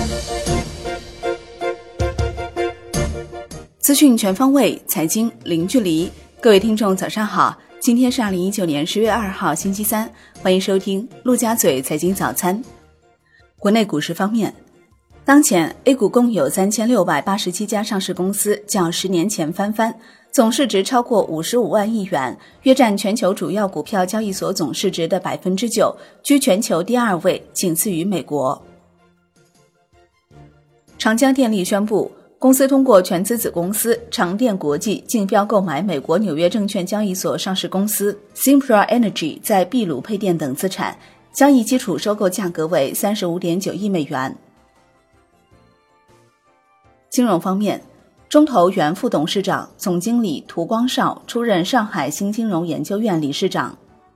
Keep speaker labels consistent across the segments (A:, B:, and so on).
A: 资讯全方位，财经零距离。各位听众早上好，今天是2019年10月2号星期三，欢迎收听陆家嘴财经早餐。国内股市方面，当前 A 股共有3687家上市公司，较10年前翻番，总市值超过55万亿元，约占全球主要股票交易所总市值的 9%， 居全球第2位，仅次于美国。长江电力宣布，公司通过全资子公司长电国际竞标购买美国纽约证券交易所上市公司 Sempra Energy 在秘鲁配电等资产，交易基础收购价格为 35.9 亿美元。金融方面，中投原副董事长、总经理涂光绍出任上海新金融研究院理事长。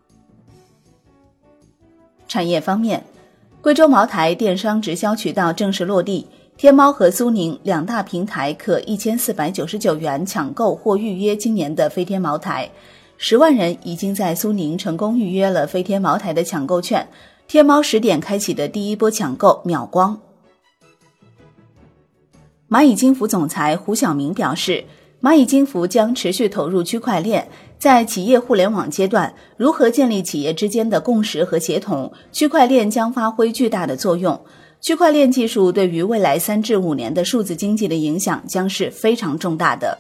A: 产业方面，贵州茅台电商直销渠道正式落地，天猫和苏宁两大平台可1499元抢购或预约今年的飞天茅台，10万人已经在苏宁成功预约了飞天茅台的抢购券，天猫10点开启的第一波抢购秒光。蚂蚁金服总裁胡晓明表示，蚂蚁金服将持续投入区块链，在企业互联网阶段，如何建立企业之间的共识和协同，区块链将发挥巨大的作用。区块链技术对于未来3至5年的数字经济的影响将是非常重大的。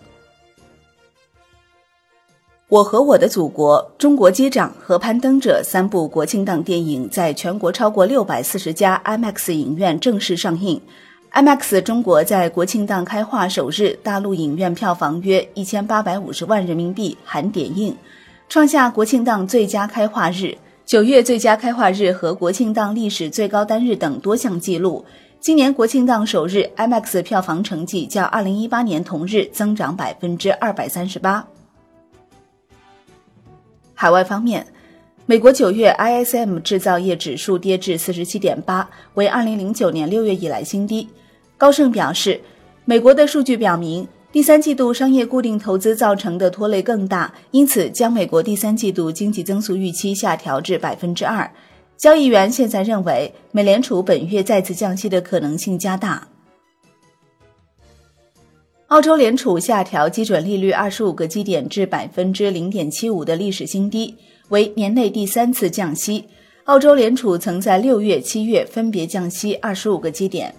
A: 我和我的祖国、中国机长和攀登者3部国庆档电影在全国超过640家 IMAX 影院正式上映。IMAX 中国在国庆档开画首日，大陆影院票房约1850万人民币含点映，创下国庆档最佳开画日、9月最佳开画日和国庆档历史最高单日等多项纪录。今年国庆档首日 IMAX 票房成绩较2018年同日增长 238%。 海外方面，美国9月 ISM 制造业指数跌至 47.8， 为2009年6月以来新低。高盛表示，美国的数据表明第3季度商业固定投资造成的拖累更大，因此将美国第3季度经济增速预期下调至 2%。 交易员现在认为美联储本月再次降息的可能性加大。澳洲联储下调基准利率25个基点至 0.75% 的历史新低，为年内第3次降息。澳洲联储曾在6月、7月分别降息25个基点。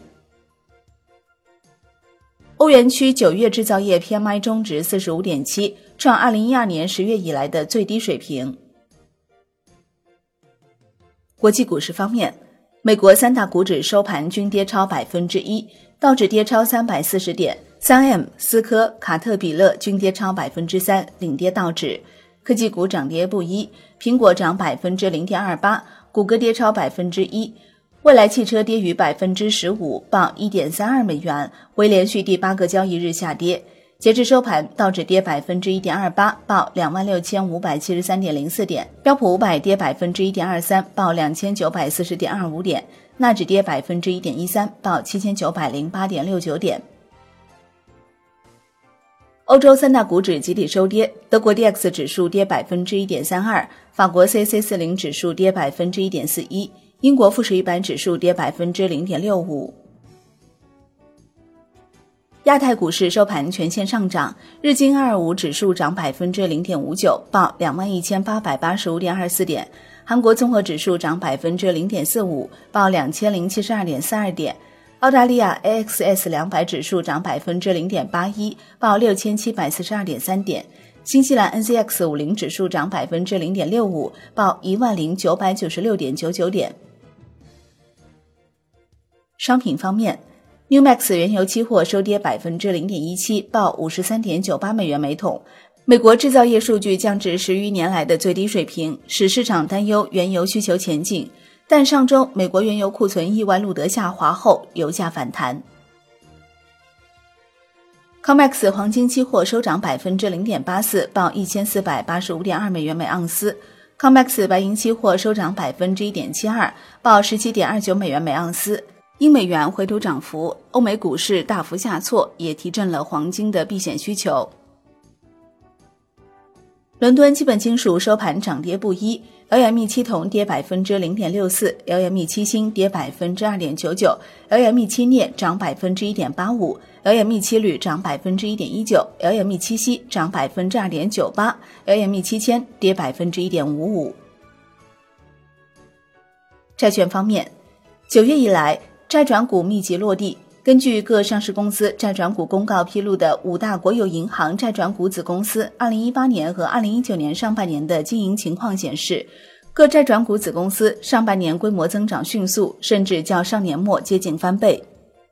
A: 欧元区9月制造业 PMI 中值 45.7， 创2012年10月以来的最低水平。国际股市方面，美国3大股指收盘均跌超 1%， 道指跌超340点， 3M、思科、卡特彼勒均跌超 3%， 领跌道指。科技股涨跌不一，苹果涨 0.28%， 谷歌跌超 1%， 蔚来汽车跌逾 15%， 报 1.32 美元，为连续第8个交易日下跌。截至收盘，道指跌 1.28%， 报 26,573.04 点，标普500跌 1.23%， 报 2,940.25 点，纳指跌 1.13%， 报 7,908.69 点。欧洲3大股指集体收跌，德国 DAX 指数跌 1.32%， 法国 CAC40 指数跌 1.41%， 英国富时一百指数跌 0.65%。 亚太股市收盘全线上涨，日经225指数涨 0.59%， 报 21,885.24 点，韩国综合指数涨 0.45%， 报 2,072.42 点，澳大利亚 AXS 200指数涨 0.81%， 报 6,742.3 点，新西兰 NZX 50指数涨 0.65%， 报 10,996.99 点。商品方面， Newmax 原油期货收跌 0.17%， 报 53.98 美元每桶。美国制造业数据降至10余年来的最低水平，使市场担忧原油需求前景。但上周美国原油库存意外录得下滑后，油价反弹。COMEX 黄金期货收涨 0.84%， 报 1485.2 美元每盎司。COMEX 白银期货收涨 1.72%， 报 17.29 美元每盎司。英美元回吐涨幅，欧美股市大幅下挫，也提振了黄金的避险需求。 伦敦基本金属收盘涨跌不一，LME 期铜跌 0.64%，LME 期锌跌 2.99%，LME 期镍涨 1.85%，LME 期铝涨 1.19%，LME 期锡涨 2.98%，LME 期铅跌 1.55%。债券方面，9月以来，债转股密集落地。根据各上市公司债转股公告披露的5大国有银行债转股子公司2018年和2019年上半年的经营情况显示，各债转股子公司上半年规模增长迅速，甚至较上年末接近翻倍。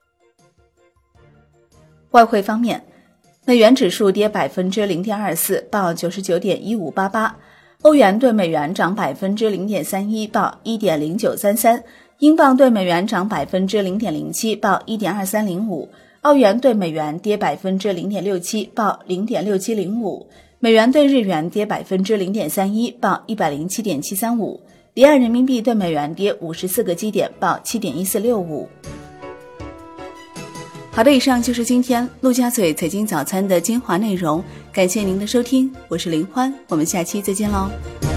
A: 外汇方面，美元指数跌 0.24%， 报 99.1588， 欧元对美元涨 0.31%， 报 1.0933，英镑对美元涨 0.07%， 报 1.2305， 澳元对美元跌 0.67%， 报 0.6705， 美元对日元跌 0.31%， 报 107.735， 离岸人民币对美元跌54个基点，报 7.1465。 好的，以上就是今天陆家嘴财经早餐的精华内容，感谢您的收听，我是林欢，我们下期再见喽。